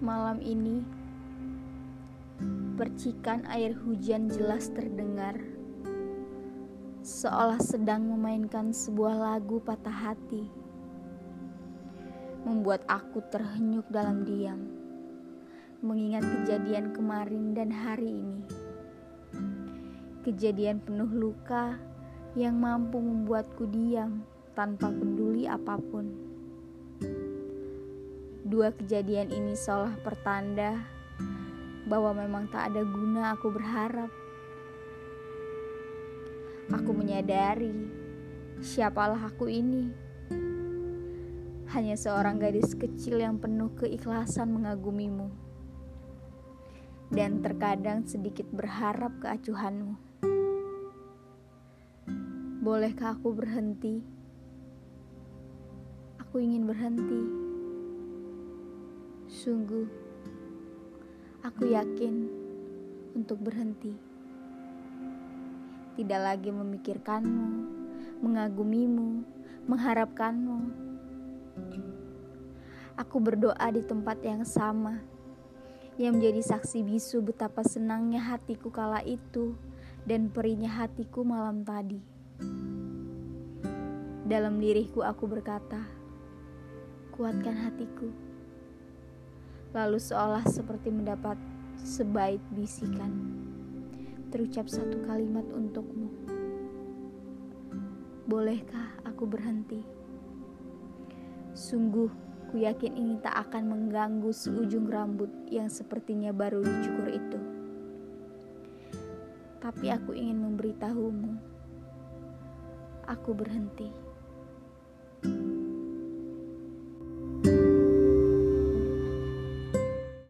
Malam ini, percikan air hujan jelas terdengar, seolah sedang memainkan sebuah lagu patah hati, membuat aku terhenyuk dalam diam, mengingat kejadian kemarin dan hari ini. Kejadian penuh luka yang mampu membuatku diam tanpa peduli apapun. Dua kejadian ini seolah pertanda bahwa memang tak ada guna aku berharap. Aku menyadari siapalah aku ini. Hanya seorang gadis kecil yang penuh keikhlasan mengagumimu. Dan terkadang sedikit berharap keacuhanmu. Bolehkah aku berhenti? Aku ingin berhenti. Sungguh, aku yakin untuk berhenti. Tidak lagi memikirkanmu, mengagumimu, mengharapkanmu. Aku berdoa di tempat yang sama, yang menjadi saksi bisu betapa senangnya hatiku kala itu dan perihnya hatiku malam tadi. Dalam diriku aku berkata, kuatkan hatiku. Lalu seolah seperti mendapat sebait bisikan, terucap satu kalimat untukmu. Bolehkah aku berhenti? Sungguh, ku yakin ini tak akan mengganggu seujung rambut yang sepertinya baru dicukur itu. Tapi aku ingin memberitahumu, aku berhenti.